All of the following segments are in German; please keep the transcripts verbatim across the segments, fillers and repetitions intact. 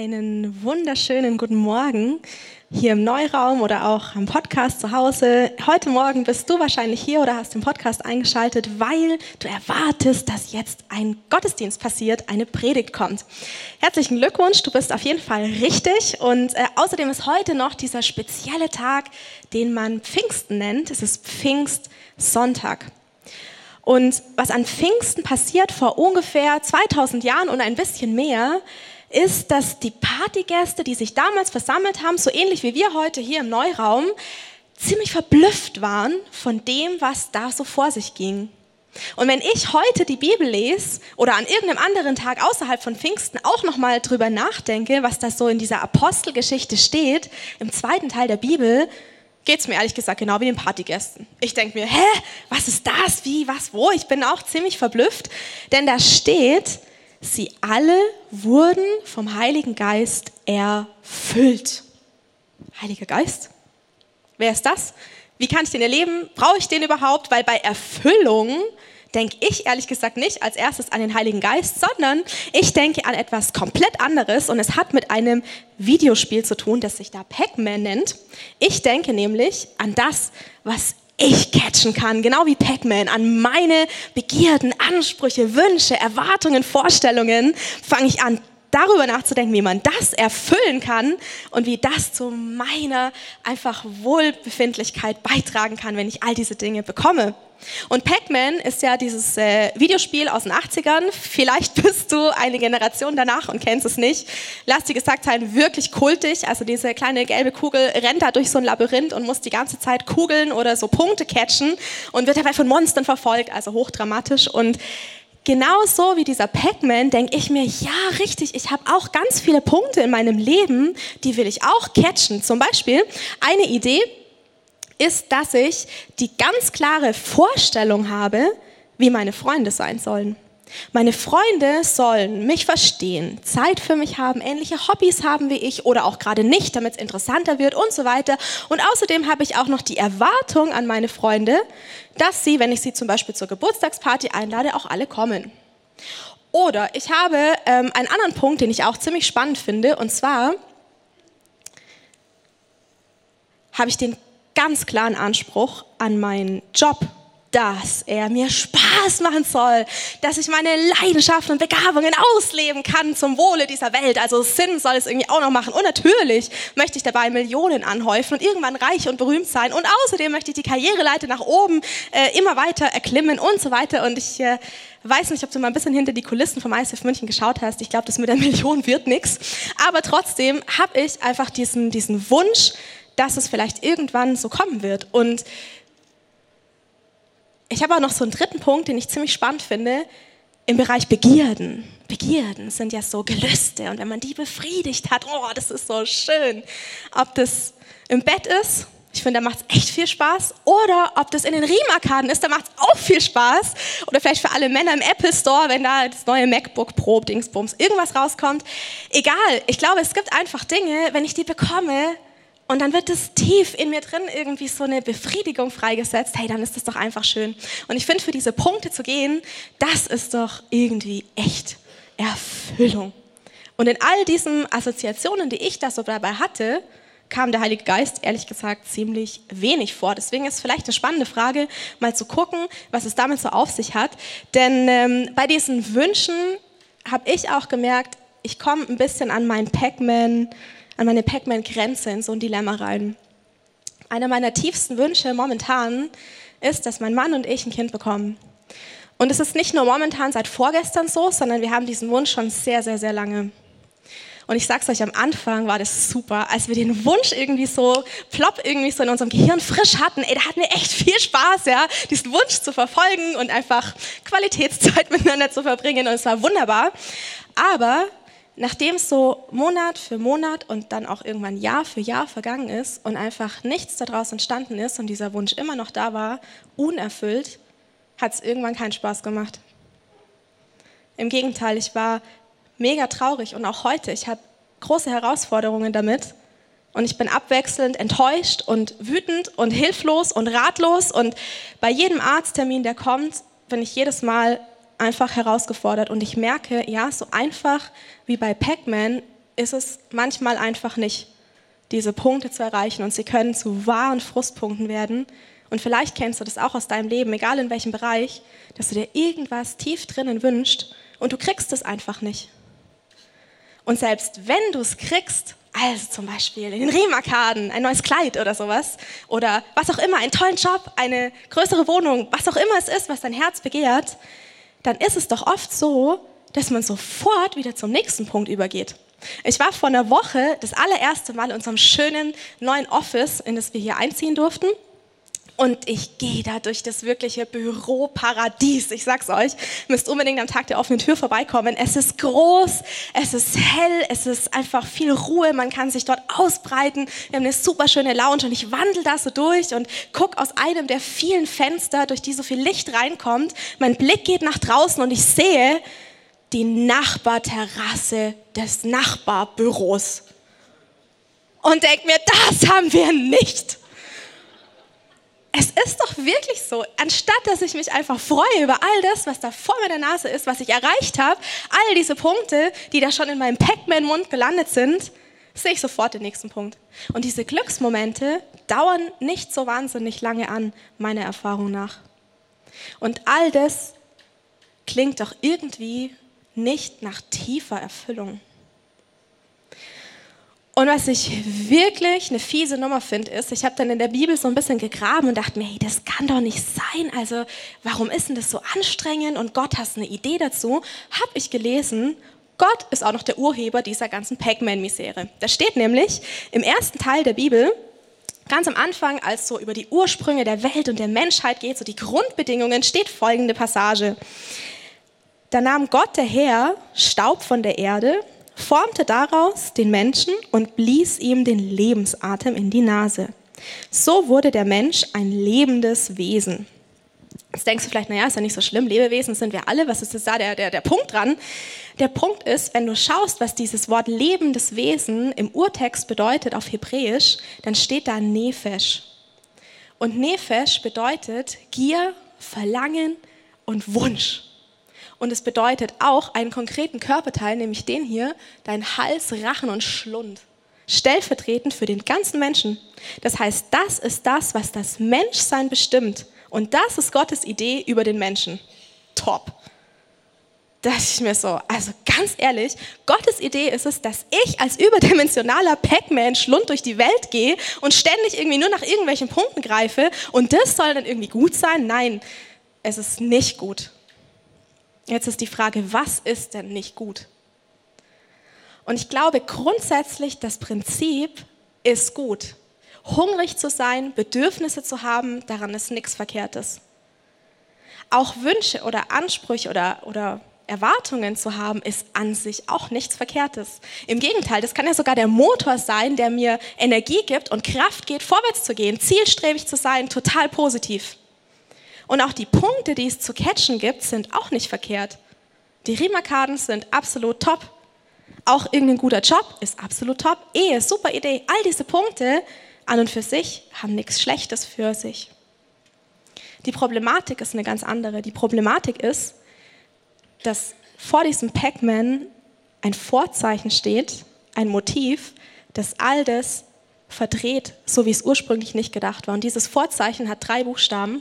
Einen wunderschönen guten Morgen hier im Neuraum oder auch am Podcast zu Hause. Heute Morgen bist du wahrscheinlich hier oder hast den Podcast eingeschaltet, weil du erwartest, dass jetzt ein Gottesdienst passiert, eine Predigt kommt. Herzlichen Glückwunsch, du bist auf jeden Fall richtig und äh, außerdem ist heute noch dieser spezielle Tag, den man Pfingsten nennt. Es ist Pfingstsonntag. Und was an Pfingsten passiert vor ungefähr zweitausend Jahren und ein bisschen mehr, ist, dass die Partygäste, die sich damals versammelt haben, so ähnlich wie wir heute hier im Neuraum, ziemlich verblüfft waren von dem, was da so vor sich ging. Und wenn ich heute die Bibel lese oder an irgendeinem anderen Tag außerhalb von Pfingsten auch nochmal drüber nachdenke, was da so in dieser Apostelgeschichte steht, im zweiten Teil der Bibel, geht es mir ehrlich gesagt genau wie den Partygästen. Ich denke mir, hä, was ist das, wie, was, wo? Ich bin auch ziemlich verblüfft, denn da steht, sie alle wurden vom Heiligen Geist erfüllt. Heiliger Geist? Wer ist das? Wie kann ich den erleben? Brauche ich den überhaupt? Weil bei Erfüllung denke ich ehrlich gesagt nicht als erstes an den Heiligen Geist, sondern ich denke an etwas komplett anderes und es hat mit einem Videospiel zu tun, das sich da Pac-Man nennt. Ich denke nämlich an das, was ich catchen kann, genau wie Pac-Man, an meine Begierden, Ansprüche, Wünsche, Erwartungen, Vorstellungen, fange ich an, darüber nachzudenken, wie man das erfüllen kann und wie das zu meiner einfach Wohlbefindlichkeit beitragen kann, wenn ich all diese Dinge bekomme. Und Pac-Man ist ja dieses äh, Videospiel aus den achtzigern. Vielleicht bist du eine Generation danach und kennst es nicht. Lass dir gesagt sein, wirklich kultig. Also diese kleine gelbe Kugel rennt da durch so ein Labyrinth und muss die ganze Zeit Kugeln oder so Punkte catchen und wird dabei von Monstern verfolgt, also hochdramatisch. Und genauso wie dieser Pac-Man denke ich mir, ja richtig, ich habe auch ganz viele Punkte in meinem Leben, die will ich auch catchen. Zum Beispiel eine Idee ist, dass ich die ganz klare Vorstellung habe, wie meine Freunde sein sollen. Meine Freunde sollen mich verstehen, Zeit für mich haben, ähnliche Hobbys haben wie ich oder auch gerade nicht, damit es interessanter wird und so weiter. Und außerdem habe ich auch noch die Erwartung an meine Freunde, dass sie, wenn ich sie zum Beispiel zur Geburtstagsparty einlade, auch alle kommen. Oder ich habe ähm, einen anderen Punkt, den ich auch ziemlich spannend finde, und zwar habe ich den ganz klaren Anspruch an meinen Job, dass er mir Spaß machen soll, dass ich meine Leidenschaften und Begabungen ausleben kann zum Wohle dieser Welt. Also Sinn soll es irgendwie auch noch machen. Und natürlich möchte ich dabei Millionen anhäufen und irgendwann reich und berühmt sein. Und außerdem möchte ich die Karriereleiter nach oben äh, immer weiter erklimmen und so weiter. Und ich äh, weiß nicht, ob du mal ein bisschen hinter die Kulissen vom I C F München geschaut hast. Ich glaube, das mit der Million wird nichts. Aber trotzdem habe ich einfach diesen, diesen Wunsch, dass es vielleicht irgendwann so kommen wird. Und ich habe auch noch so einen dritten Punkt, den ich ziemlich spannend finde, im Bereich Begierden. Begierden sind ja so Gelüste und wenn man die befriedigt hat, oh, das ist so schön. Ob das im Bett ist, ich finde, da macht es echt viel Spaß. Oder ob das in den Riemarkaden ist, da macht es auch viel Spaß. Oder vielleicht für alle Männer im Apple Store, wenn da das neue MacBook Pro, Dingsbums, irgendwas rauskommt. Egal, ich glaube, es gibt einfach Dinge, wenn ich die bekomme, und dann wird es tief in mir drin irgendwie so eine Befriedigung freigesetzt. Hey, dann ist das doch einfach schön. Und ich finde, für diese Punkte zu gehen, das ist doch irgendwie echt Erfüllung. Und in all diesen Assoziationen, die ich da so dabei hatte, kam der Heilige Geist, ehrlich gesagt, ziemlich wenig vor. Deswegen ist vielleicht eine spannende Frage, mal zu gucken, was es damit so auf sich hat. Denn ähm, bei diesen Wünschen habe ich auch gemerkt, ich komme ein bisschen an meinen Pac-Man, an meine Pac-Man-Grenze in so ein Dilemma rein. Einer meiner tiefsten Wünsche momentan ist, dass mein Mann und ich ein Kind bekommen. Und es ist nicht nur momentan seit vorgestern so, sondern wir haben diesen Wunsch schon sehr, sehr, sehr lange. Und ich sag's euch, am Anfang war das super, als wir den Wunsch irgendwie so, plopp irgendwie so in unserem Gehirn frisch hatten, ey, da hatten wir echt viel Spaß, ja, diesen Wunsch zu verfolgen und einfach Qualitätszeit miteinander zu verbringen und es war wunderbar. Aber nachdem es so Monat für Monat und dann auch irgendwann Jahr für Jahr vergangen ist und einfach nichts daraus entstanden ist und dieser Wunsch immer noch da war, unerfüllt, hat es irgendwann keinen Spaß gemacht. Im Gegenteil, ich war mega traurig und auch heute, ich habe große Herausforderungen damit und ich bin abwechselnd enttäuscht und wütend und hilflos und ratlos und bei jedem Arzttermin, der kommt, bin ich jedes Mal einfach herausgefordert und ich merke, ja, so einfach wie bei Pac-Man ist es manchmal einfach nicht, diese Punkte zu erreichen, und sie können zu wahren Frustpunkten werden. Und vielleicht kennst du das auch aus deinem Leben, egal in welchem Bereich, dass du dir irgendwas tief drinnen wünschst und du kriegst es einfach nicht. Und selbst wenn du es kriegst, also zum Beispiel in den Riemarkaden, ein neues Kleid oder sowas, oder was auch immer, einen tollen Job, eine größere Wohnung, was auch immer es ist, was dein Herz begehrt, dann ist es doch oft so, dass man sofort wieder zum nächsten Punkt übergeht. Ich war vor einer Woche das allererste Mal in unserem schönen neuen Office, in das wir hier einziehen durften. Und ich gehe da durch das wirkliche Büroparadies. Ich sag's euch, ihr müsst unbedingt am Tag der offenen Tür vorbeikommen. Es ist groß, es ist hell, es ist einfach viel Ruhe. Man kann sich dort ausbreiten. Wir haben eine super schöne Lounge und ich wandel da so durch und gucke aus einem der vielen Fenster, durch die so viel Licht reinkommt. Mein Blick geht nach draußen und ich sehe die Nachbarterrasse des Nachbarbüros. Und denke mir, das haben wir nicht. Es ist doch wirklich so, anstatt dass ich mich einfach freue über all das, was da vor meiner Nase ist, was ich erreicht habe, all diese Punkte, die da schon in meinem Pac-Man-Mund gelandet sind, sehe ich sofort den nächsten Punkt. Und diese Glücksmomente dauern nicht so wahnsinnig lange an, meiner Erfahrung nach. Und all das klingt doch irgendwie nicht nach tiefer Erfüllung. Und was ich wirklich eine fiese Nummer finde, ist, ich habe dann in der Bibel so ein bisschen gegraben und dachte mir, hey, das kann doch nicht sein. Also warum ist denn das so anstrengend und Gott hat eine Idee dazu? Habe ich gelesen, Gott ist auch noch der Urheber dieser ganzen Pac-Man-Misere. Da steht nämlich im ersten Teil der Bibel, ganz am Anfang, als es so über die Ursprünge der Welt und der Menschheit geht, so die Grundbedingungen, steht folgende Passage. Da nahm Gott der Herr Staub von der Erde, formte daraus den Menschen und blies ihm den Lebensatem in die Nase. So wurde der Mensch ein lebendes Wesen. Jetzt denkst du vielleicht, naja, ist ja nicht so schlimm, Lebewesen sind wir alle, was ist jetzt da der, der, der Punkt dran? Der Punkt ist, wenn du schaust, was dieses Wort lebendes Wesen im Urtext bedeutet auf Hebräisch, dann steht da Nefesh. Und Nefesh bedeutet Gier, Verlangen und Wunsch. Und es bedeutet auch einen konkreten Körperteil, nämlich den hier, dein Hals, Rachen und Schlund. Stellvertretend für den ganzen Menschen. Das heißt, das ist das, was das Menschsein bestimmt. Und das ist Gottes Idee über den Menschen. Top. Das ist mir so, also ganz ehrlich, Gottes Idee ist es, dass ich als überdimensionaler Pac-Man-Schlund durch die Welt gehe und ständig irgendwie nur nach irgendwelchen Punkten greife und das soll dann irgendwie gut sein? Nein, es ist nicht gut. Jetzt ist die Frage, was ist denn nicht gut? Und ich glaube grundsätzlich, das Prinzip ist gut. Hungrig zu sein, Bedürfnisse zu haben, daran ist nichts Verkehrtes. Auch Wünsche oder Ansprüche oder, oder Erwartungen zu haben, ist an sich auch nichts Verkehrtes. Im Gegenteil, das kann ja sogar der Motor sein, der mir Energie gibt und Kraft gibt, vorwärts zu gehen, zielstrebig zu sein, total positiv. Und auch die Punkte, die es zu catchen gibt, sind auch nicht verkehrt. Die Riemarkaden sind absolut top. Auch irgendein guter Job ist absolut top. Ehe, super Idee. All diese Punkte an und für sich haben nichts Schlechtes für sich. Die Problematik ist eine ganz andere. Die Problematik ist, dass vor diesem Pac-Man ein Vorzeichen steht, ein Motiv, das all das verdreht, so wie es ursprünglich nicht gedacht war. Und dieses Vorzeichen hat drei Buchstaben.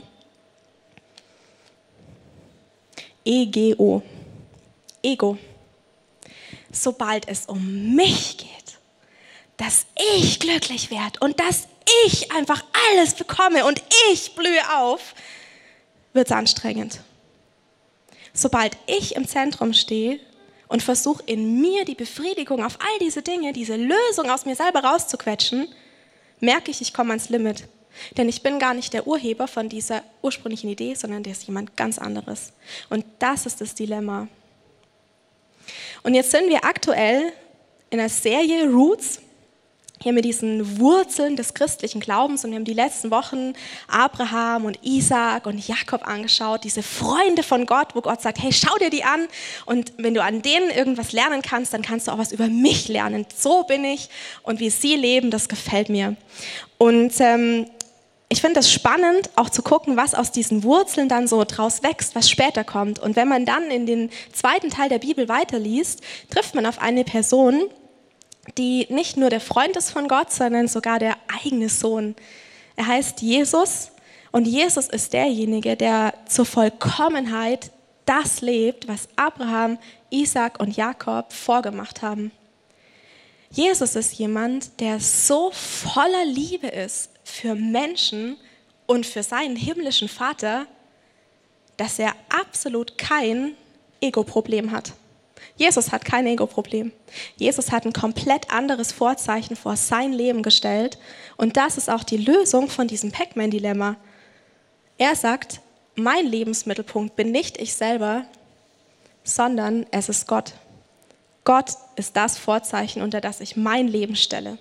E G O. Ego. Sobald es um mich geht, dass ich glücklich werde und dass ich einfach alles bekomme und ich blühe auf, wird es anstrengend. Sobald ich im Zentrum stehe und versuche in mir die Befriedigung auf all diese Dinge, diese Lösung aus mir selber rauszuquetschen, merke ich, ich komme ans Limit. Denn ich bin gar nicht der Urheber von dieser ursprünglichen Idee, sondern der ist jemand ganz anderes. Und das ist das Dilemma. Und jetzt sind wir aktuell in der Serie Roots, hier mit diesen Wurzeln des christlichen Glaubens. Und wir haben die letzten Wochen Abraham und Isaak und Jakob angeschaut, diese Freunde von Gott, wo Gott sagt, hey, schau dir die an. Und wenn du an denen irgendwas lernen kannst, dann kannst du auch was über mich lernen. So bin ich und wie sie leben, das gefällt mir. Und ähm, ich finde es spannend, auch zu gucken, was aus diesen Wurzeln dann so draus wächst, was später kommt. Und wenn man dann in den zweiten Teil der Bibel weiterliest, trifft man auf eine Person, die nicht nur der Freund ist von Gott, sondern sogar der eigene Sohn. Er heißt Jesus und Jesus ist derjenige, der zur Vollkommenheit das lebt, was Abraham, Isaac und Jakob vorgemacht haben. Jesus ist jemand, der so voller Liebe ist für Menschen und für seinen himmlischen Vater, dass er absolut kein Ego-Problem hat. Jesus hat kein Ego-Problem. Jesus hat ein komplett anderes Vorzeichen vor sein Leben gestellt und das ist auch die Lösung von diesem Pac-Man-Dilemma. Er sagt, mein Lebensmittelpunkt bin nicht ich selber, sondern es ist Gott. Gott ist das Vorzeichen, unter das ich mein Leben stelle.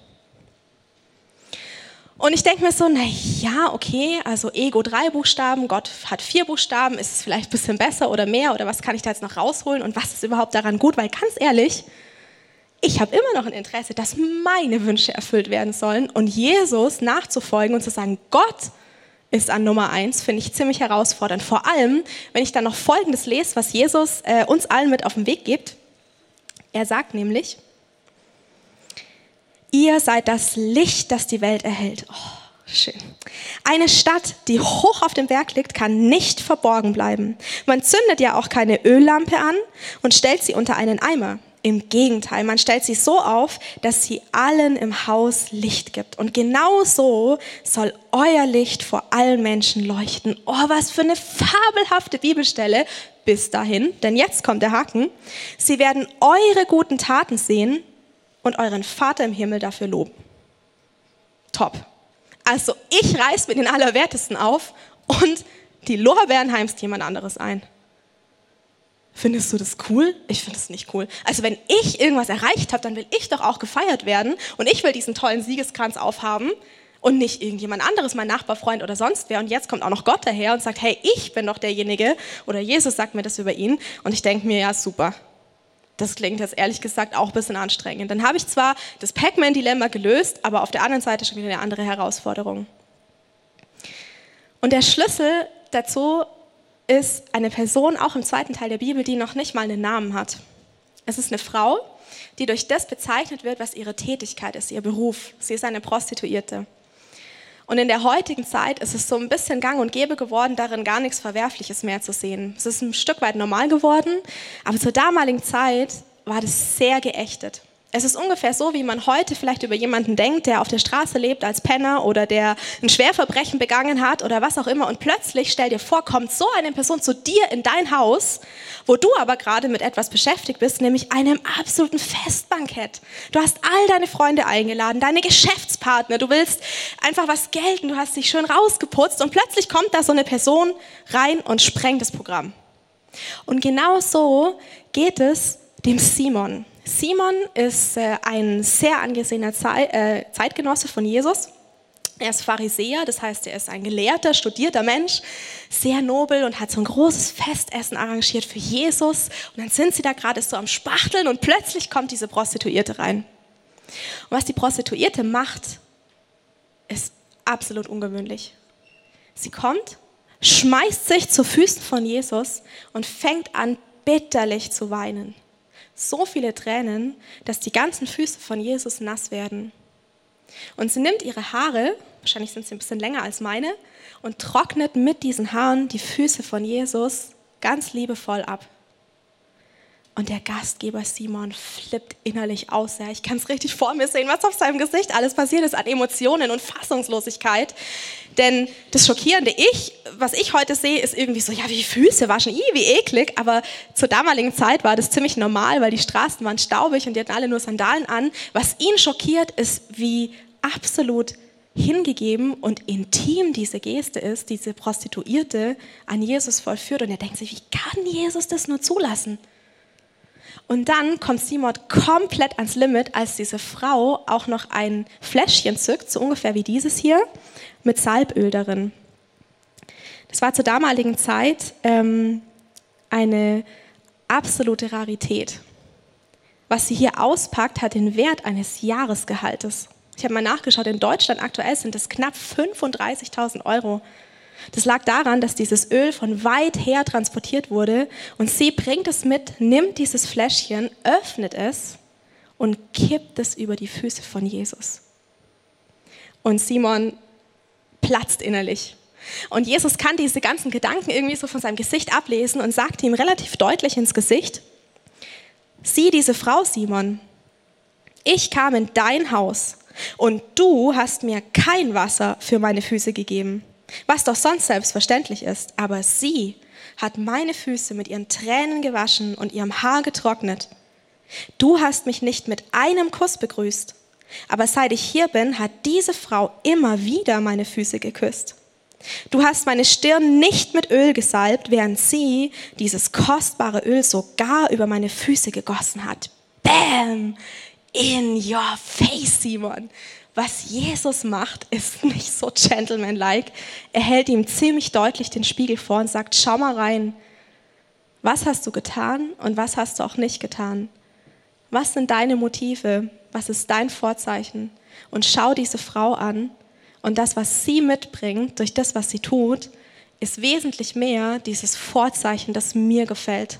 Und ich denke mir so, na ja, okay, also Ego drei Buchstaben, Gott hat vier Buchstaben, ist es vielleicht ein bisschen besser oder mehr oder was kann ich da jetzt noch rausholen und was ist überhaupt daran gut? Weil ganz ehrlich, ich habe immer noch ein Interesse, dass meine Wünsche erfüllt werden sollen und Jesus nachzufolgen und zu sagen, Gott ist an Nummer eins, finde ich ziemlich herausfordernd. Vor allem, wenn ich dann noch Folgendes lese, was Jesus äh, uns allen mit auf den Weg gibt. Er sagt nämlich, ihr seid das Licht, das die Welt erhellt. Oh, schön. Eine Stadt, die hoch auf dem Berg liegt, kann nicht verborgen bleiben. Man zündet ja auch keine Öllampe an und stellt sie unter einen Eimer. Im Gegenteil, man stellt sie so auf, dass sie allen im Haus Licht gibt. Und genau so soll euer Licht vor allen Menschen leuchten. Oh, was für eine fabelhafte Bibelstelle bis dahin. Denn jetzt kommt der Haken. Sie werden eure guten Taten sehen und euren Vater im Himmel dafür loben. Top. Also ich reiß mir den Allerwertesten auf und die Lorbeeren heimst jemand anderes ein. Findest du das cool? Ich finde das nicht cool. Also wenn ich irgendwas erreicht habe, dann will ich doch auch gefeiert werden und ich will diesen tollen Siegeskranz aufhaben und nicht irgendjemand anderes, mein Nachbar, Freund oder sonst wer. Und jetzt kommt auch noch Gott daher und sagt, hey, ich bin doch derjenige oder Jesus sagt mir das über ihn und ich denke mir, ja super. Das klingt jetzt ehrlich gesagt auch ein bisschen anstrengend. Dann habe ich zwar das Pac-Man-Dilemma gelöst, aber auf der anderen Seite schon wieder eine andere Herausforderung. Und der Schlüssel dazu ist eine Person, auch im zweiten Teil der Bibel, die noch nicht mal einen Namen hat. Es ist eine Frau, die durch das bezeichnet wird, was ihre Tätigkeit ist, ihr Beruf. Sie ist eine Prostituierte. Und in der heutigen Zeit ist es so ein bisschen gang und gäbe geworden, darin gar nichts Verwerfliches mehr zu sehen. Es ist ein Stück weit normal geworden, aber zur damaligen Zeit war das sehr geächtet. Es ist ungefähr so, wie man heute vielleicht über jemanden denkt, der auf der Straße lebt als Penner oder der ein Schwerverbrechen begangen hat oder was auch immer. Und plötzlich, stell dir vor, kommt so eine Person zu dir in dein Haus, wo du aber gerade mit etwas beschäftigt bist, nämlich einem absoluten Festbankett. Du hast all deine Freunde eingeladen, deine Geschäftspartner, du willst einfach was gelten, du hast dich schön rausgeputzt und plötzlich kommt da so eine Person rein und sprengt das Programm. Und genau so geht es dem Simon. Simon ist äh, ein sehr angesehener Zei- äh, Zeitgenosse von Jesus. Er ist Pharisäer, das heißt, er ist ein gelehrter, studierter Mensch, sehr nobel und hat so ein großes Festessen arrangiert für Jesus. Und dann sind sie da gerade so am Spachteln und plötzlich kommt diese Prostituierte rein. Und was die Prostituierte macht, ist absolut ungewöhnlich. Sie kommt, schmeißt sich zu Füßen von Jesus und fängt an, bitterlich zu weinen. So viele Tränen, dass die ganzen Füße von Jesus nass werden. Und sie nimmt ihre Haare, wahrscheinlich sind sie ein bisschen länger als meine, und trocknet mit diesen Haaren die Füße von Jesus ganz liebevoll ab. Und der Gastgeber Simon flippt innerlich aus. Ja, ich kann es richtig vor mir sehen, was auf seinem Gesicht alles passiert ist an Emotionen und Fassungslosigkeit. Denn das schockierende Ich, was ich heute sehe, ist irgendwie so, ja, wie Füße waschen, wie eklig. Aber zur damaligen Zeit war das ziemlich normal, weil die Straßen waren staubig und die hatten alle nur Sandalen an. Was ihn schockiert, ist, wie absolut hingegeben und intim diese Geste ist, diese Prostituierte an Jesus vollführt. Und er denkt sich, wie kann Jesus das nur zulassen? Und dann kommt Simon komplett ans Limit, als diese Frau auch noch ein Fläschchen zückt, so ungefähr wie dieses hier, mit Salböl darin. Das war zur damaligen Zeit ähm, eine absolute Rarität. Was sie hier auspackt, hat den Wert eines Jahresgehaltes. Ich habe mal nachgeschaut, in Deutschland aktuell sind es knapp fünfunddreißigtausend Euro. Das lag daran, dass dieses Öl von weit her transportiert wurde und sie bringt es mit, nimmt dieses Fläschchen, öffnet es und kippt es über die Füße von Jesus. Und Simon platzt innerlich. Und Jesus kann diese ganzen Gedanken irgendwie so von seinem Gesicht ablesen und sagt ihm relativ deutlich ins Gesicht: Sieh diese Frau, Simon, ich kam in dein Haus und du hast mir kein Wasser für meine Füße gegeben, was doch sonst selbstverständlich ist, aber sie hat meine Füße mit ihren Tränen gewaschen und ihrem Haar getrocknet. Du hast mich nicht mit einem Kuss begrüßt, aber seit ich hier bin, hat diese Frau immer wieder meine Füße geküsst. Du hast meine Stirn nicht mit Öl gesalbt, während sie dieses kostbare Öl sogar über meine Füße gegossen hat. Bam! In your face, Simon. Was Jesus macht, ist nicht so gentlemanlike. Er hält ihm ziemlich deutlich den Spiegel vor und sagt: Schau mal rein. Was hast du getan und was hast du auch nicht getan? Was sind deine Motive? Was ist dein Vorzeichen? Und schau diese Frau an. Und das, was sie mitbringt, durch das, was sie tut, ist wesentlich mehr dieses Vorzeichen, das mir gefällt.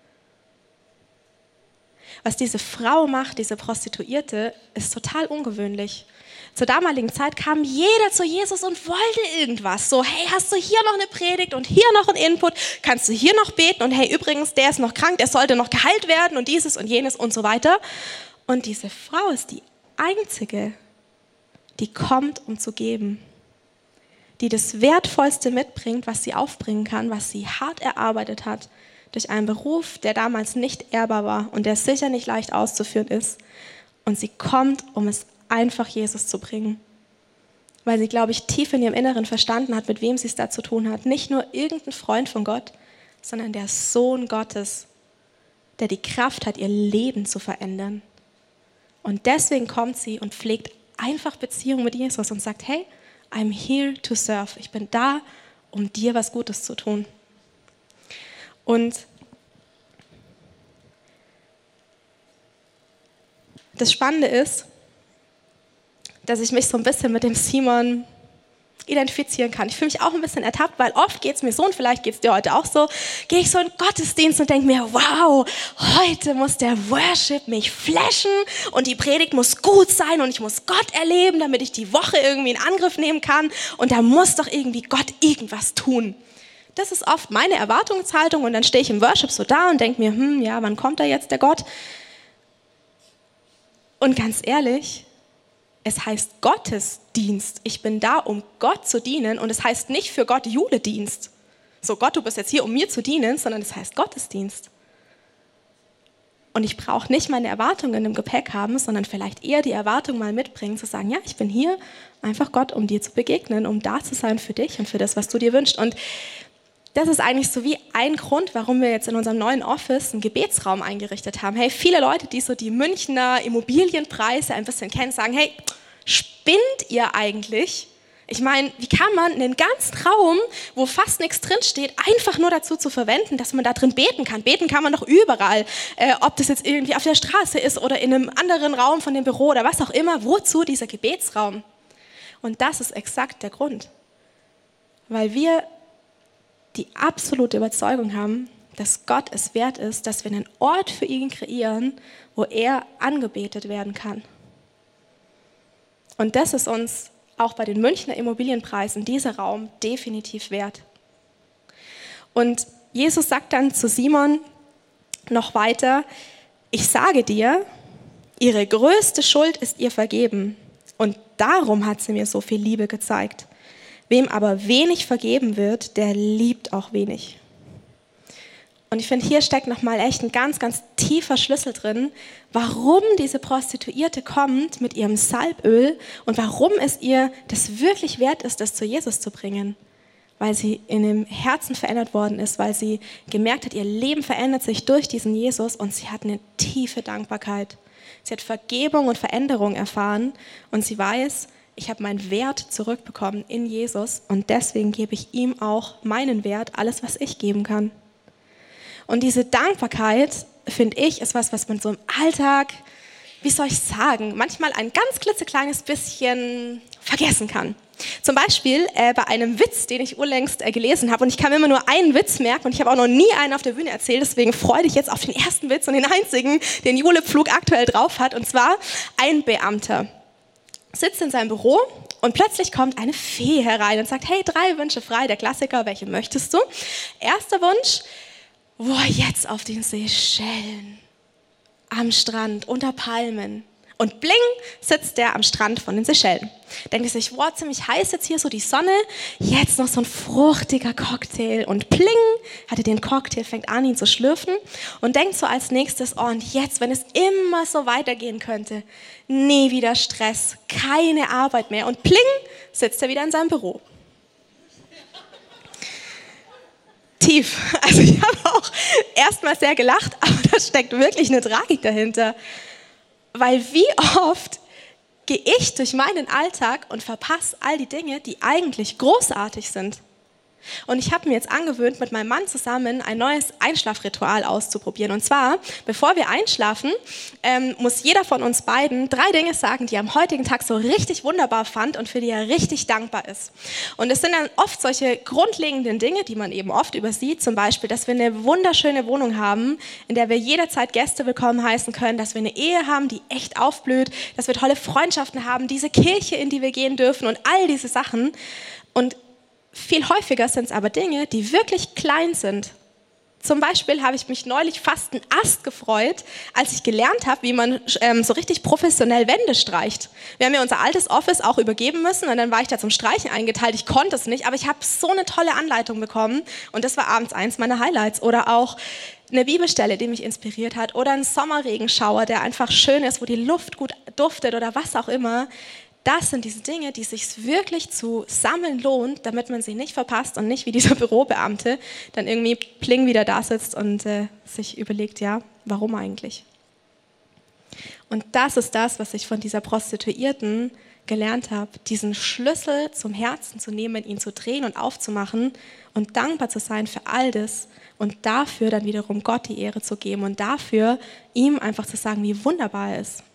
Was diese Frau macht, diese Prostituierte, ist total ungewöhnlich. Zur damaligen Zeit kam jeder zu Jesus und wollte irgendwas. So, hey, hast du hier noch eine Predigt und hier noch einen Input? Kannst du hier noch beten? Und hey, übrigens, der ist noch krank, der sollte noch geheilt werden und dieses und jenes und so weiter. Und diese Frau ist die einzige, die kommt, um zu geben. Die das Wertvollste mitbringt, was sie aufbringen kann, was sie hart erarbeitet hat, durch einen Beruf, der damals nicht ehrbar war und der sicher nicht leicht auszuführen ist. Und sie kommt, um es einfach Jesus zu bringen. Weil sie, glaube ich, tief in ihrem Inneren verstanden hat, mit wem sie es da zu tun hat. Nicht nur irgendein Freund von Gott, sondern der Sohn Gottes, der die Kraft hat, ihr Leben zu verändern. Und deswegen kommt sie und pflegt einfach Beziehung mit Jesus und sagt: Hey, I'm here to serve. Ich bin da, um dir was Gutes zu tun. Und das Spannende ist, dass ich mich so ein bisschen mit dem Simon identifizieren kann. Ich fühle mich auch ein bisschen ertappt, weil oft geht es mir so, und vielleicht geht es dir heute auch so, gehe ich so in den Gottesdienst und denke mir: Wow, heute muss der Worship mich flashen und die Predigt muss gut sein und ich muss Gott erleben, damit ich die Woche irgendwie in Angriff nehmen kann, und da muss doch irgendwie Gott irgendwas tun. Das ist oft meine Erwartungshaltung, und dann stehe ich im Worship so da und denke mir: Hm, ja, wann kommt da jetzt der Gott? Und ganz ehrlich, es heißt Gottesdienst. Ich bin da, um Gott zu dienen, und es heißt nicht für Gott Juledienst. So, Gott, du bist jetzt hier, um mir zu dienen, sondern es heißt Gottesdienst. Und ich brauche nicht meine Erwartungen im Gepäck haben, sondern vielleicht eher die Erwartung mal mitbringen, zu sagen: Ja, ich bin hier, einfach Gott, um dir zu begegnen, um da zu sein für dich und für das, was du dir wünschst. Und das ist eigentlich so wie ein Grund, warum wir jetzt in unserem neuen Office einen Gebetsraum eingerichtet haben. Hey, viele Leute, die so die Münchner Immobilienpreise ein bisschen kennen, sagen: Hey, spinnt ihr eigentlich? Ich meine, wie kann man einen ganzen Raum, wo fast nichts drinsteht, einfach nur dazu zu verwenden, dass man da drin beten kann? Beten kann man doch überall. Äh, ob das jetzt irgendwie auf der Straße ist oder in einem anderen Raum von dem Büro oder was auch immer. Wozu dieser Gebetsraum? Und das ist exakt der Grund. Weil wir die absolute Überzeugung haben, dass Gott es wert ist, dass wir einen Ort für ihn kreieren, wo er angebetet werden kann. Und das ist uns auch bei den Münchner Immobilienpreisen dieser Raum definitiv wert. Und Jesus sagt dann zu Simon noch weiter: Ich sage dir, ihre größte Schuld ist ihr vergeben, und darum hat sie mir so viel Liebe gezeigt. Wem aber wenig vergeben wird, der liebt auch wenig. Und ich finde, hier steckt nochmal echt ein ganz, ganz tiefer Schlüssel drin, warum diese Prostituierte kommt mit ihrem Salböl und warum es ihr das wirklich wert ist, das zu Jesus zu bringen. Weil sie in dem Herzen verändert worden ist, weil sie gemerkt hat, ihr Leben verändert sich durch diesen Jesus, und sie hat eine tiefe Dankbarkeit. Sie hat Vergebung und Veränderung erfahren, und sie weiß: Ich habe meinen Wert zurückbekommen in Jesus, und deswegen gebe ich ihm auch meinen Wert, alles, was ich geben kann. Und diese Dankbarkeit, finde ich, ist was, was man so im Alltag, wie soll ich sagen, manchmal ein ganz klitzekleines bisschen vergessen kann. Zum Beispiel äh, bei einem Witz, den ich urlängst äh, gelesen habe. Und ich kann mir immer nur einen Witz merken und ich habe auch noch nie einen auf der Bühne erzählt. Deswegen freue dich jetzt auf den ersten Witz und den einzigen, den Jule Pflug aktuell drauf hat. Und zwar: Ein Beamter sitzt in seinem Büro und plötzlich kommt eine Fee herein und sagt: Hey, drei Wünsche frei, der Klassiker, welche möchtest du? Erster Wunsch: Boah, jetzt auf den Seychellen, am Strand, unter Palmen. Und bling, sitzt der am Strand von den Seychellen. Denkt er sich: Wow, ziemlich heiß jetzt hier, so die Sonne. Jetzt noch so ein fruchtiger Cocktail. Und pling, hat er den Cocktail, fängt an, ihn zu schlürfen. Und denkt so als nächstes: Oh, und jetzt, wenn es immer so weitergehen könnte. Nie wieder Stress, keine Arbeit mehr. Und pling, sitzt er wieder in seinem Büro. Tief. Also ich habe auch erstmal sehr gelacht, aber da steckt wirklich eine Tragik dahinter. Weil wie oft gehe ich durch meinen Alltag und verpasse all die Dinge, die eigentlich großartig sind. Und ich habe mir jetzt angewöhnt, mit meinem Mann zusammen ein neues Einschlafritual auszuprobieren. Und zwar, bevor wir einschlafen, ähm, muss jeder von uns beiden drei Dinge sagen, die er am heutigen Tag so richtig wunderbar fand und für die er richtig dankbar ist. Und es sind dann oft solche grundlegenden Dinge, die man eben oft übersieht. Zum Beispiel, dass wir eine wunderschöne Wohnung haben, in der wir jederzeit Gäste willkommen heißen können, dass wir eine Ehe haben, die echt aufblüht, dass wir tolle Freundschaften haben, diese Kirche, in die wir gehen dürfen und all diese Sachen. Und viel häufiger sind es aber Dinge, die wirklich klein sind. Zum Beispiel habe ich mich neulich fast einen Ast gefreut, als ich gelernt habe, wie man ähm, so richtig professionell Wände streicht. Wir haben ja unser altes Office auch übergeben müssen und dann war ich da zum Streichen eingeteilt. Ich konnte es nicht, aber ich habe so eine tolle Anleitung bekommen und das war abends eins meiner Highlights. Oder auch eine Bibelstelle, die mich inspiriert hat, oder ein Sommerregenschauer, der einfach schön ist, wo die Luft gut duftet oder was auch immer. Das sind diese Dinge, die es sich wirklich zu sammeln lohnt, damit man sie nicht verpasst und nicht wie dieser Bürobeamte dann irgendwie pling wieder da sitzt und äh, sich überlegt, ja, warum eigentlich? Und das ist das, was ich von dieser Prostituierten gelernt habe, diesen Schlüssel zum Herzen zu nehmen, ihn zu drehen und aufzumachen und dankbar zu sein für all das und dafür dann wiederum Gott die Ehre zu geben und dafür ihm einfach zu sagen, wie wunderbar er ist.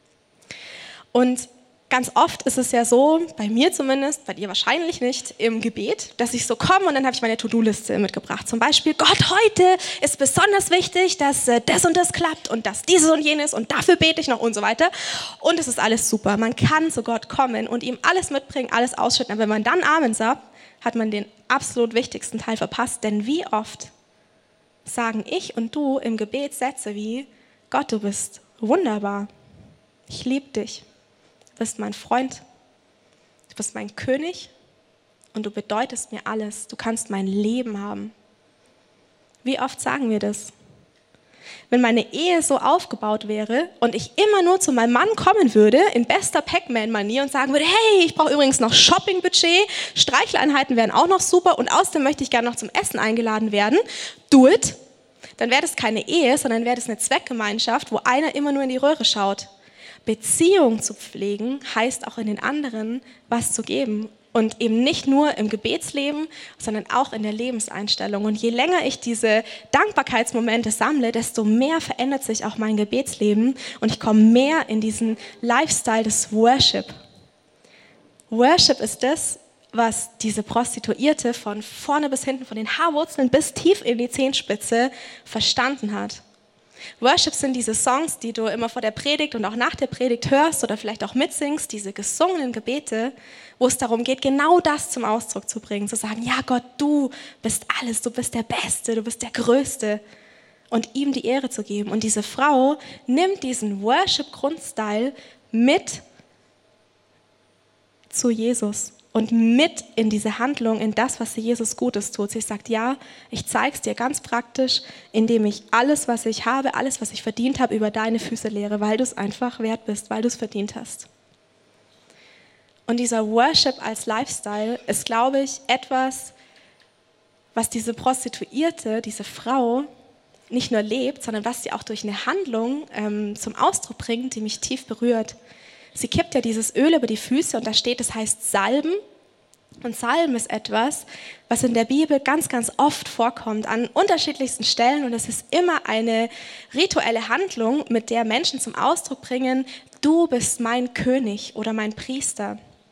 Und ganz oft ist es ja so, bei mir zumindest, bei dir wahrscheinlich nicht, im Gebet, dass ich so komme und dann habe ich meine To-Do-Liste mitgebracht. Zum Beispiel: Gott, heute ist besonders wichtig, dass äh, das und das klappt und dass dieses und jenes und dafür bete ich noch und so weiter. Und es ist alles super. Man kann zu Gott kommen und ihm alles mitbringen, alles ausschütten. Aber wenn man dann Amen sagt, hat man den absolut wichtigsten Teil verpasst. Denn wie oft sagen ich und du im Gebet Sätze wie: Gott, du bist wunderbar. Ich liebe dich. Du bist mein Freund, du bist mein König und du bedeutest mir alles. Du kannst mein Leben haben. Wie oft sagen wir das? Wenn meine Ehe so aufgebaut wäre und ich immer nur zu meinem Mann kommen würde, in bester Pac-Man-Manier und sagen würde: Hey, ich brauche übrigens noch Shopping-Budget, Streicheleinheiten wären auch noch super und außerdem möchte ich gerne noch zum Essen eingeladen werden. Do it. Dann wäre das keine Ehe, sondern wäre das eine Zweckgemeinschaft, wo einer immer nur in die Röhre schaut. Beziehung zu pflegen heißt auch in den anderen was zu geben und eben nicht nur im Gebetsleben, sondern auch in der Lebenseinstellung. Und je länger ich diese Dankbarkeitsmomente sammle, desto mehr verändert sich auch mein Gebetsleben und ich komme mehr in diesen Lifestyle des Worship. Worship ist das, was diese Prostituierte von vorne bis hinten, von den Haarwurzeln bis tief in die Zehenspitze verstanden hat. Worship sind diese Songs, die du immer vor der Predigt und auch nach der Predigt hörst oder vielleicht auch mitsingst, diese gesungenen Gebete, wo es darum geht, genau das zum Ausdruck zu bringen, zu sagen: Ja Gott, du bist alles, du bist der Beste, du bist der Größte und ihm die Ehre zu geben. Und diese Frau nimmt diesen Worship-Grundstyle mit zu Jesus und mit in diese Handlung, in das, was sie Jesus Gutes tut. Sie sagt: Ja, ich zeige es dir ganz praktisch, indem ich alles, was ich habe, alles, was ich verdient habe, über deine Füße leere, weil du es einfach wert bist, weil du es verdient hast. Und dieser Worship als Lifestyle ist, glaube ich, etwas, was diese Prostituierte, diese Frau, nicht nur lebt, sondern was sie auch durch eine Handlung ähm, zum Ausdruck bringt, die mich tief berührt. Sie kippt ja dieses Öl über die Füße und da steht, es heißt Salben. Und Salben ist etwas, was in der Bibel ganz, ganz oft vorkommt, an unterschiedlichsten Stellen. Und es ist immer eine rituelle Handlung, mit der Menschen zum Ausdruck bringen: Du bist mein König oder mein Priester.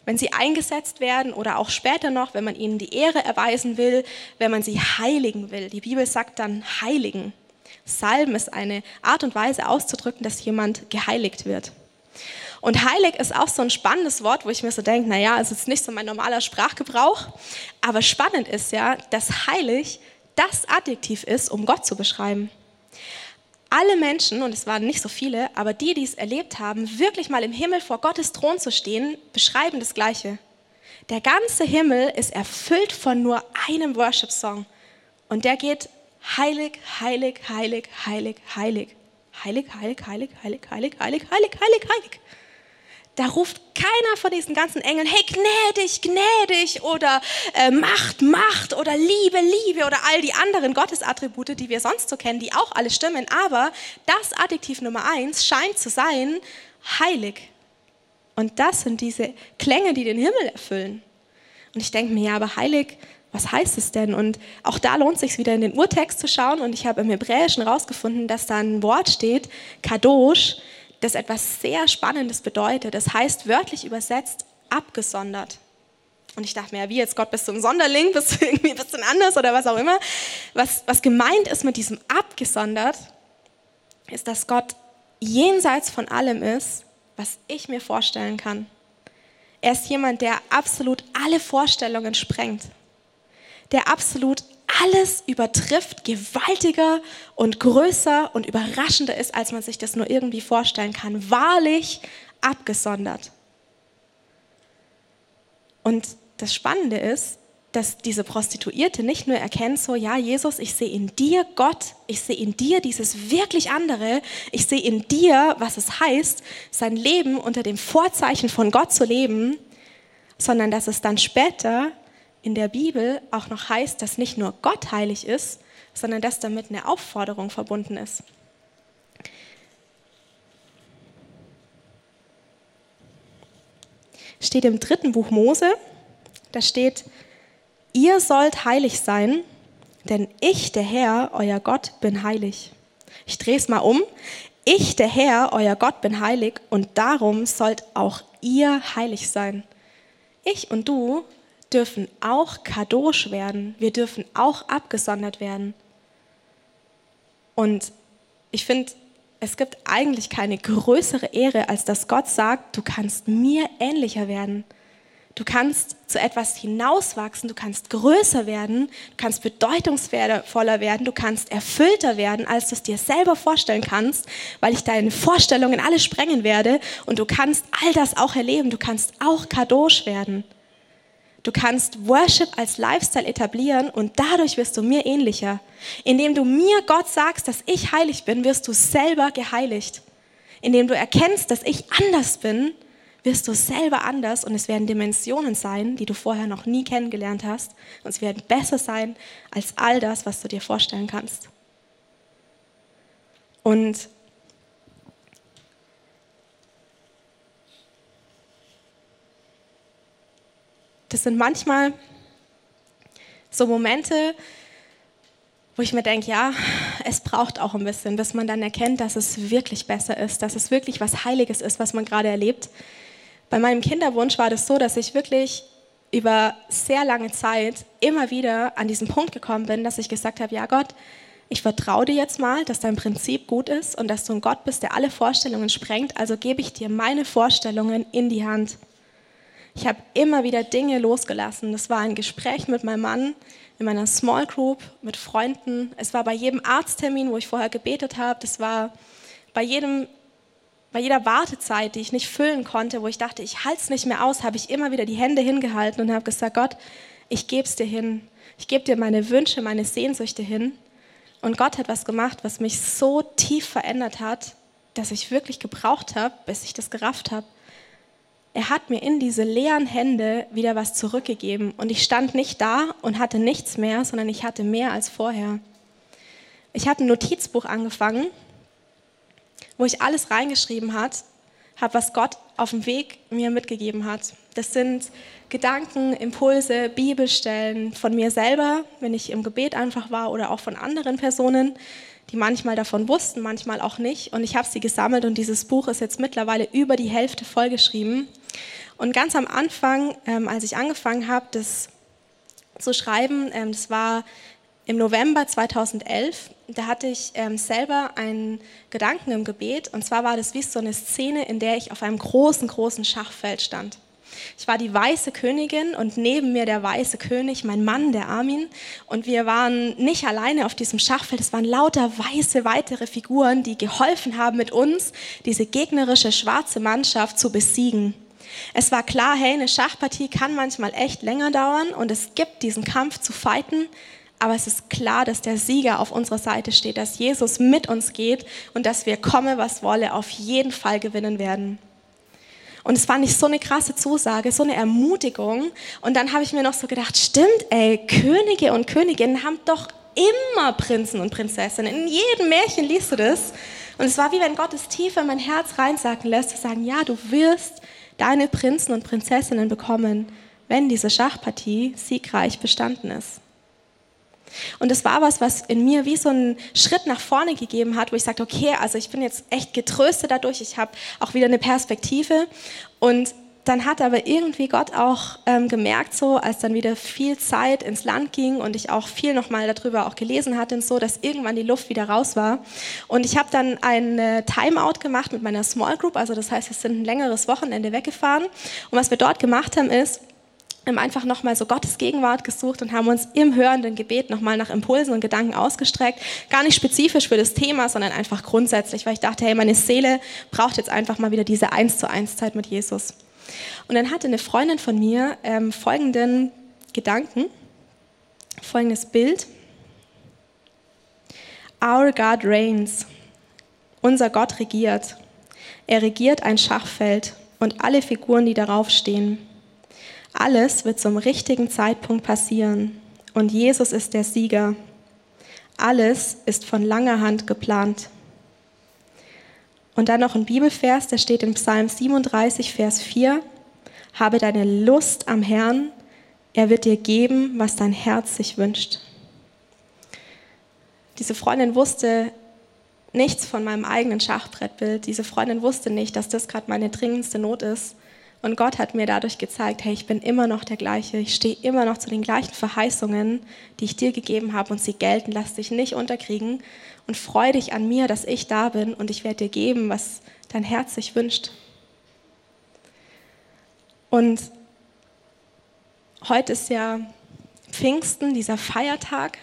wenn sie eingesetzt werden oder auch später noch, wenn man ihnen die Ehre erweisen will, wenn man sie heiligen will. Die Bibel sagt dann heiligen. Salben ist eine Art und Weise auszudrücken, dass jemand geheiligt wird. Und heilig ist auch so ein spannendes Wort, wo ich mir so denke, naja, es ist nicht so mein normaler Sprachgebrauch, aber spannend ist ja, dass heilig das Adjektiv ist, um Gott zu beschreiben. Alle Menschen, und es waren nicht so viele, aber die, die es erlebt haben, wirklich mal im Himmel vor Gottes Thron zu stehen, beschreiben das Gleiche. Der ganze Himmel ist erfüllt von nur einem Worship-Song. Und der geht heilig, heilig, heilig, heilig, heilig. Heilig, heilig, heilig, heilig, heilig, heilig, heilig, heilig, heilig. Da ruft keiner von diesen ganzen Engeln, hey, gnädig, gnädig oder äh, Macht, Macht oder Liebe, Liebe oder all die anderen Gottesattribute, die wir sonst so kennen, die auch alle stimmen. Aber das Adjektiv Nummer eins scheint zu sein, heilig. Und das sind diese Klänge, die den Himmel erfüllen. Und ich denke mir, ja, aber heilig, was heißt es denn? Und auch da lohnt es sich wieder in den Urtext zu schauen. Und ich habe im Hebräischen rausgefunden, dass da ein Wort steht, Kadosh, das etwas sehr Spannendes bedeutet. Das heißt wörtlich übersetzt abgesondert. Und ich dachte mir, ja, wie jetzt Gott, bist du ein Sonderling, bist du irgendwie ein bisschen anders oder was auch immer. Was, was gemeint ist mit diesem abgesondert, ist, dass Gott jenseits von allem ist, was ich mir vorstellen kann. Er ist jemand, der absolut alle Vorstellungen sprengt, der absolut alles übertrifft, gewaltiger und größer und überraschender ist, als man sich das nur irgendwie vorstellen kann. Wahrlich abgesondert. Und das Spannende ist, dass diese Prostituierte nicht nur erkennt, so, ja, Jesus, ich sehe in dir Gott, ich sehe in dir dieses wirklich andere, ich sehe in dir, was es heißt, sein Leben unter dem Vorzeichen von Gott zu leben, sondern dass es dann später in der Bibel auch noch heißt, dass nicht nur Gott heilig ist, sondern dass damit eine Aufforderung verbunden ist. Steht im dritten Buch Mose, da steht, ihr sollt heilig sein, denn ich, der Herr, euer Gott, bin heilig. Ich drehe es mal um. Ich, der Herr, euer Gott, bin heilig und darum sollt auch ihr heilig sein. Ich und du dürfen auch Kadosh werden. Wir dürfen auch abgesondert werden. Und ich finde, es gibt eigentlich keine größere Ehre, als dass Gott sagt, du kannst mir ähnlicher werden. Du kannst zu etwas hinauswachsen, du kannst größer werden, du kannst bedeutungsvoller werden, du kannst erfüllter werden, als du es dir selber vorstellen kannst, weil ich deine Vorstellungen alle sprengen werde und du kannst all das auch erleben, du kannst auch Kadosh werden. Du kannst Worship als Lifestyle etablieren und dadurch wirst du mir ähnlicher. Indem du mir Gott sagst, dass ich heilig bin, wirst du selber geheiligt. Indem du erkennst, dass ich anders bin, wirst du selber anders und es werden Dimensionen sein, die du vorher noch nie kennengelernt hast und es werden besser sein als all das, was du dir vorstellen kannst. Und das sind manchmal so Momente, wo ich mir denke, ja, es braucht auch ein bisschen, bis man dann erkennt, dass es wirklich besser ist, dass es wirklich was Heiliges ist, was man gerade erlebt. Bei meinem Kinderwunsch war das so, dass ich wirklich über sehr lange Zeit immer wieder an diesen Punkt gekommen bin, dass ich gesagt habe, ja Gott, ich vertraue dir jetzt mal, dass dein Prinzip gut ist und dass du ein Gott bist, der alle Vorstellungen sprengt, also gebe ich dir meine Vorstellungen in die Hand. Ich habe immer wieder Dinge losgelassen. Das war ein Gespräch mit meinem Mann, in meiner Small Group, mit Freunden. Es war bei jedem Arzttermin, wo ich vorher gebetet habe. Das war bei, jedem, bei jeder Wartezeit, die ich nicht füllen konnte, wo ich dachte, ich halte es nicht mehr aus, habe ich immer wieder die Hände hingehalten und habe gesagt, Gott, ich gebe es dir hin. Ich gebe dir meine Wünsche, meine Sehnsüchte hin. Und Gott hat was gemacht, was mich so tief verändert hat, dass ich wirklich gebraucht habe, bis ich das gerafft habe. Er hat mir in diese leeren Hände wieder was zurückgegeben und ich stand nicht da und hatte nichts mehr, sondern ich hatte mehr als vorher. Ich habe ein Notizbuch angefangen, wo ich alles reingeschrieben habe, was Gott auf dem Weg mir mitgegeben hat. Das sind Gedanken, Impulse, Bibelstellen von mir selber, wenn ich im Gebet einfach war oder auch von anderen Personen, die manchmal davon wussten, manchmal auch nicht. Und ich habe sie gesammelt und dieses Buch ist jetzt mittlerweile über die Hälfte vollgeschrieben. Und ganz am Anfang, ähm, als ich angefangen habe, das zu schreiben, ähm, das war im November zweitausendelf, da hatte ich ähm, selber einen Gedanken im Gebet. Und zwar war das wie so eine Szene, in der ich auf einem großen, großen Schachfeld stand. Ich war die weiße Königin und neben mir der weiße König, mein Mann, der Armin. Und wir waren nicht alleine auf diesem Schachfeld, es waren lauter weiße weitere Figuren, die geholfen haben, mit uns diese gegnerische schwarze Mannschaft zu besiegen. Es war klar, hey, eine Schachpartie kann manchmal echt länger dauern und es gibt diesen Kampf zu fighten, aber es ist klar, dass der Sieger auf unserer Seite steht, dass Jesus mit uns geht und dass wir, komme was wolle, auf jeden Fall gewinnen werden. Und es war nicht so eine krasse Zusage, so eine Ermutigung. Und dann habe ich mir noch so gedacht, stimmt, ey, Könige und Königinnen haben doch immer Prinzen und Prinzessinnen. In jedem Märchen liest du das. Und es war wie wenn Gott es tief in mein Herz reinsacken lässt, zu sagen, ja, du wirst deine Prinzen und Prinzessinnen bekommen, wenn diese Schachpartie siegreich bestanden ist. Und das war was, was in mir wie so einen Schritt nach vorne gegeben hat, wo ich sagte, okay, also ich bin jetzt echt getröstet dadurch, ich habe auch wieder eine Perspektive. Und dann hat aber irgendwie Gott auch ähm, gemerkt, so als dann wieder viel Zeit ins Land ging und ich auch viel nochmal darüber auch gelesen hatte und so, dass irgendwann die Luft wieder raus war. Und ich habe dann ein äh, Timeout gemacht mit meiner Small Group, also das heißt, wir sind ein längeres Wochenende weggefahren. Und was wir dort gemacht haben ist, haben einfach nochmal so Gottes Gegenwart gesucht und haben uns im hörenden Gebet nochmal nach Impulsen und Gedanken ausgestreckt. Gar nicht spezifisch für das Thema, sondern einfach grundsätzlich, weil ich dachte, hey, meine Seele braucht jetzt einfach mal wieder diese eins zu eins Zeit mit Jesus. Und dann hatte eine Freundin von mir ähm, folgenden Gedanken, folgendes Bild. Our God reigns. Unser Gott regiert. Er regiert ein Schachfeld und alle Figuren, die darauf stehen. Alles wird zum richtigen Zeitpunkt passieren und Jesus ist der Sieger. Alles ist von langer Hand geplant. Und dann noch ein Bibelvers, der steht in Psalm siebenunddreißig, Vers vier. Habe deine Lust am Herrn, er wird dir geben, was dein Herz sich wünscht. Diese Freundin wusste nichts von meinem eigenen Schachbrettbild. Diese Freundin wusste nicht, dass das gerade meine dringendste Not ist. Und Gott hat mir dadurch gezeigt, hey, ich bin immer noch der gleiche. Ich stehe immer noch zu den gleichen Verheißungen, die ich dir gegeben habe und sie gelten. Lass dich nicht unterkriegen und freu dich an mir, dass ich da bin und ich werde dir geben, was dein Herz sich wünscht. Und heute ist ja Pfingsten, dieser Feiertag,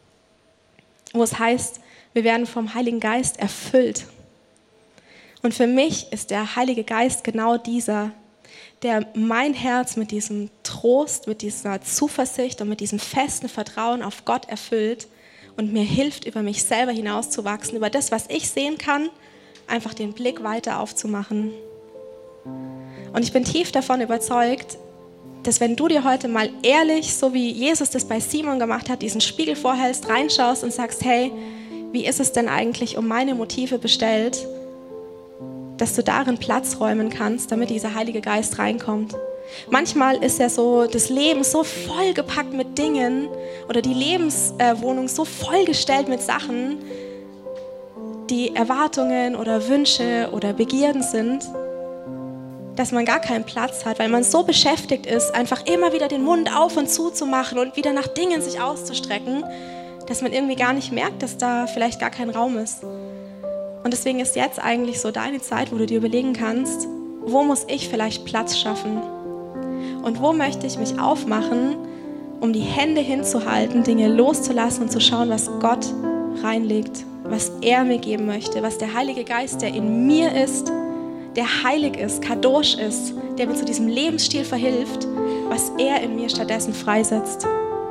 wo es heißt, wir werden vom Heiligen Geist erfüllt. Und für mich ist der Heilige Geist genau dieser, der mein Herz mit diesem Trost, mit dieser Zuversicht und mit diesem festen Vertrauen auf Gott erfüllt und mir hilft, über mich selber hinauszuwachsen, über das, was ich sehen kann, einfach den Blick weiter aufzumachen. Und ich bin tief davon überzeugt, dass wenn du dir heute mal ehrlich, so wie Jesus das bei Simon gemacht hat, diesen Spiegel vorhältst, reinschaust und sagst, hey, wie ist es denn eigentlich um meine Motive bestellt, dass du darin Platz räumen kannst, damit dieser Heilige Geist reinkommt. Manchmal ist ja so das Leben so vollgepackt mit Dingen oder die Lebenswohnung so vollgestellt mit Sachen, die Erwartungen oder Wünsche oder Begierden sind, dass man gar keinen Platz hat, weil man so beschäftigt ist, einfach immer wieder den Mund auf und zu zu machen und wieder nach Dingen sich auszustrecken, dass man irgendwie gar nicht merkt, dass da vielleicht gar kein Raum ist. Und deswegen ist jetzt eigentlich so deine Zeit, wo du dir überlegen kannst, wo muss ich vielleicht Platz schaffen? Und wo möchte ich mich aufmachen, um die Hände hinzuhalten, Dinge loszulassen und zu schauen, was Gott reinlegt, was er mir geben möchte, was der Heilige Geist, der in mir ist, der heilig ist, kadosh ist, der mir zu diesem Lebensstil verhilft, was er in mir stattdessen freisetzt.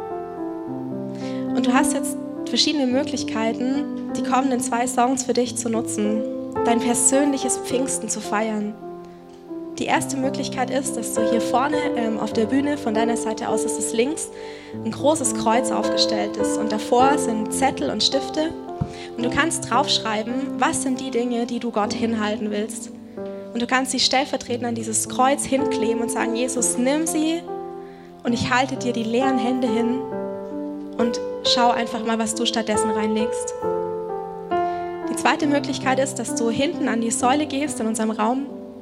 Und du hast jetzt verschiedene Möglichkeiten, die kommenden zwei Songs für dich zu nutzen, dein persönliches Pfingsten zu feiern. Die erste Möglichkeit ist, dass du hier vorne ähm, auf der Bühne, von deiner Seite aus ist es links, ein großes Kreuz aufgestellt ist und davor sind Zettel und Stifte und du kannst draufschreiben, was sind die Dinge, die du Gott hinhalten willst. Und du kannst sie stellvertretend an dieses Kreuz hinkleben und sagen, Jesus, nimm sie und ich halte dir die leeren Hände hin und schau einfach mal, was du stattdessen reinlegst. Die zweite Möglichkeit ist, dass du hinten an die Säule gehst in unserem Raum,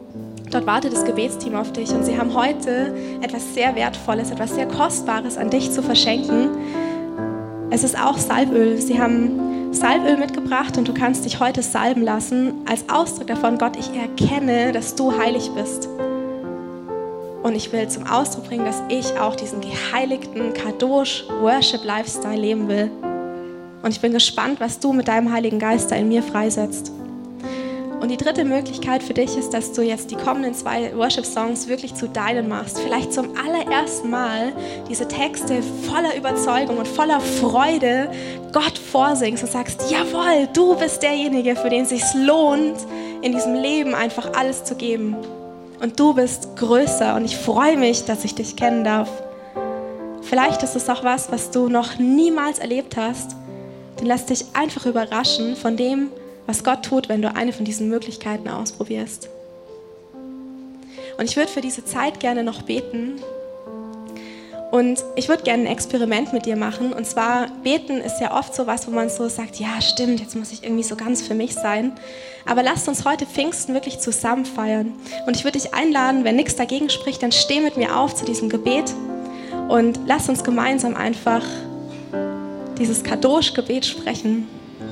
Dort wartet das Gebetsteam auf dich und sie haben heute etwas sehr Wertvolles, etwas sehr Kostbares an dich zu verschenken. Es ist auch Salböl. Sie haben Salböl mitgebracht und du kannst dich heute salben lassen als Ausdruck davon, Gott, ich erkenne, dass du heilig bist. Und ich will zum Ausdruck bringen, dass ich auch diesen geheiligten Kadosh-Worship-Lifestyle leben will. Und ich bin gespannt, was du mit deinem Heiligen Geist da in mir freisetzt. Und die dritte Möglichkeit für dich ist, dass du jetzt die kommenden zwei Worship-Songs wirklich zu deinen machst. Vielleicht zum allerersten Mal diese Texte voller Überzeugung und voller Freude Gott vorsingst und sagst, jawohl, du bist derjenige, für den es sich lohnt, in diesem Leben einfach alles zu geben. Und du bist größer und ich freue mich, dass ich dich kennen darf. Vielleicht ist es auch was, was du noch niemals erlebt hast. Dann lass dich einfach überraschen von dem, was Gott tut, wenn du eine von diesen Möglichkeiten ausprobierst. Und ich würde für diese Zeit gerne noch beten. Und ich würde gerne ein Experiment mit dir machen. Und zwar, beten ist ja oft so was, wo man so sagt, ja stimmt, jetzt muss ich irgendwie so ganz für mich sein. Aber lasst uns heute Pfingsten wirklich zusammen feiern. Und ich würde dich einladen, wenn nichts dagegen spricht, dann steh mit mir auf zu diesem Gebet. Und lasst uns gemeinsam einfach dieses Kadosh-Gebet sprechen.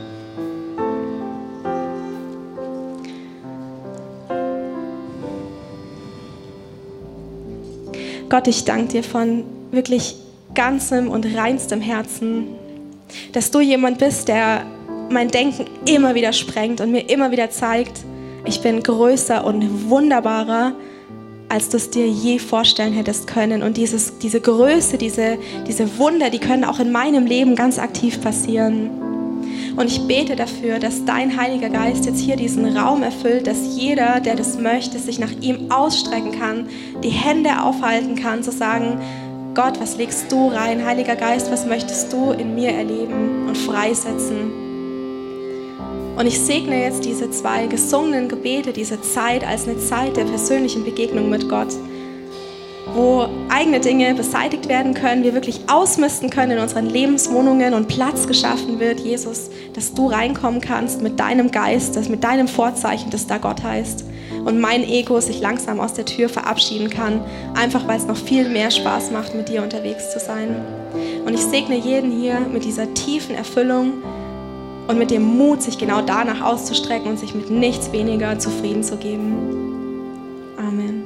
Gott, ich danke dir von wirklich ganzem und reinstem Herzen, dass du jemand bist, der mein Denken immer wieder sprengt und mir immer wieder zeigt, ich bin größer und wunderbarer, als du es dir je vorstellen hättest können. Und dieses, diese Größe, diese, diese Wunder, die können auch in meinem Leben ganz aktiv passieren. Und ich bete dafür, dass dein Heiliger Geist jetzt hier diesen Raum erfüllt, dass jeder, der das möchte, sich nach ihm ausstrecken kann, die Hände aufhalten kann, zu sagen, Gott, was legst du rein? Heiliger Geist, was möchtest du in mir erleben und freisetzen? Und ich segne jetzt diese zwei gesungenen Gebete, diese Zeit als eine Zeit der persönlichen Begegnung mit Gott, wo eigene Dinge beseitigt werden können, wir wirklich ausmisten können in unseren Lebenswohnungen und Platz geschaffen wird, Jesus, dass du reinkommen kannst mit deinem Geist, das mit deinem Vorzeichen, das da Gott heißt. Und mein Ego sich langsam aus der Tür verabschieden kann, einfach weil es noch viel mehr Spaß macht, mit dir unterwegs zu sein. Und ich segne jeden hier mit dieser tiefen Erfüllung und mit dem Mut, sich genau danach auszustrecken und sich mit nichts weniger zufrieden zu geben. Amen.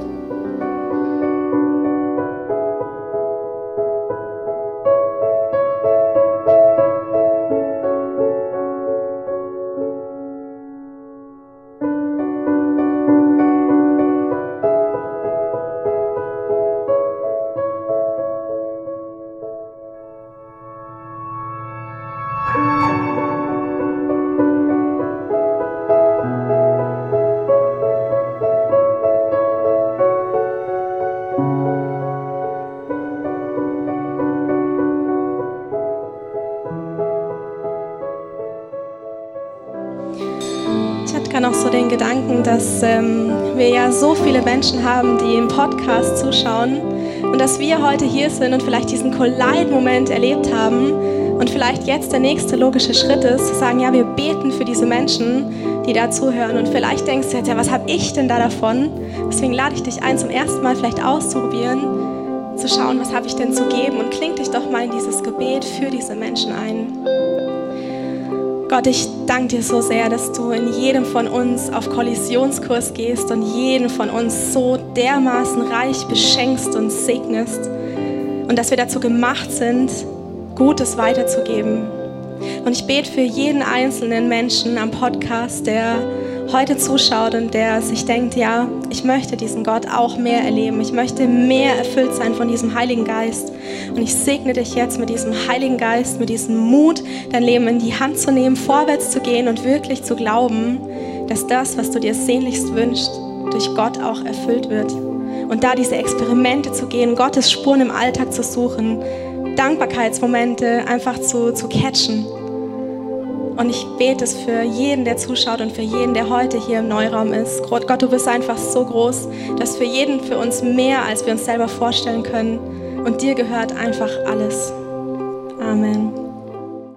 Noch so den Gedanken, dass ähm, wir ja so viele Menschen haben, die im Podcast zuschauen und dass wir heute hier sind und vielleicht diesen Collide-Moment erlebt haben und vielleicht jetzt der nächste logische Schritt ist, zu sagen, ja, wir beten für diese Menschen, die da zuhören und vielleicht denkst du jetzt, ja, was habe ich denn da davon? Deswegen lade ich dich ein, zum ersten Mal vielleicht auszuprobieren, zu schauen, was habe ich denn zu geben und kling dich doch mal in dieses Gebet für diese Menschen ein. Gott, ich danke dir so sehr, dass du in jedem von uns auf Kollisionskurs gehst und jeden von uns so dermaßen reich beschenkst und segnest und dass wir dazu gemacht sind, Gutes weiterzugeben. Und ich bete für jeden einzelnen Menschen am Podcast, der heute zuschaut und der sich denkt, ja, ich möchte diesen Gott auch mehr erleben. Ich möchte mehr erfüllt sein von diesem Heiligen Geist. Und ich segne dich jetzt mit diesem Heiligen Geist, mit diesem Mut, dein Leben in die Hand zu nehmen, vorwärts zu gehen und wirklich zu glauben, dass das, was du dir sehnlichst wünschst, durch Gott auch erfüllt wird. Und da diese Experimente zu gehen, Gottes Spuren im Alltag zu suchen, Dankbarkeitsmomente einfach zu, zu catchen. Und ich bete es für jeden, der zuschaut und für jeden, der heute hier im Neuraum ist. Gott, du bist einfach so groß, dass für jeden, für uns mehr, als wir uns selber vorstellen können. Und dir gehört einfach alles. Amen.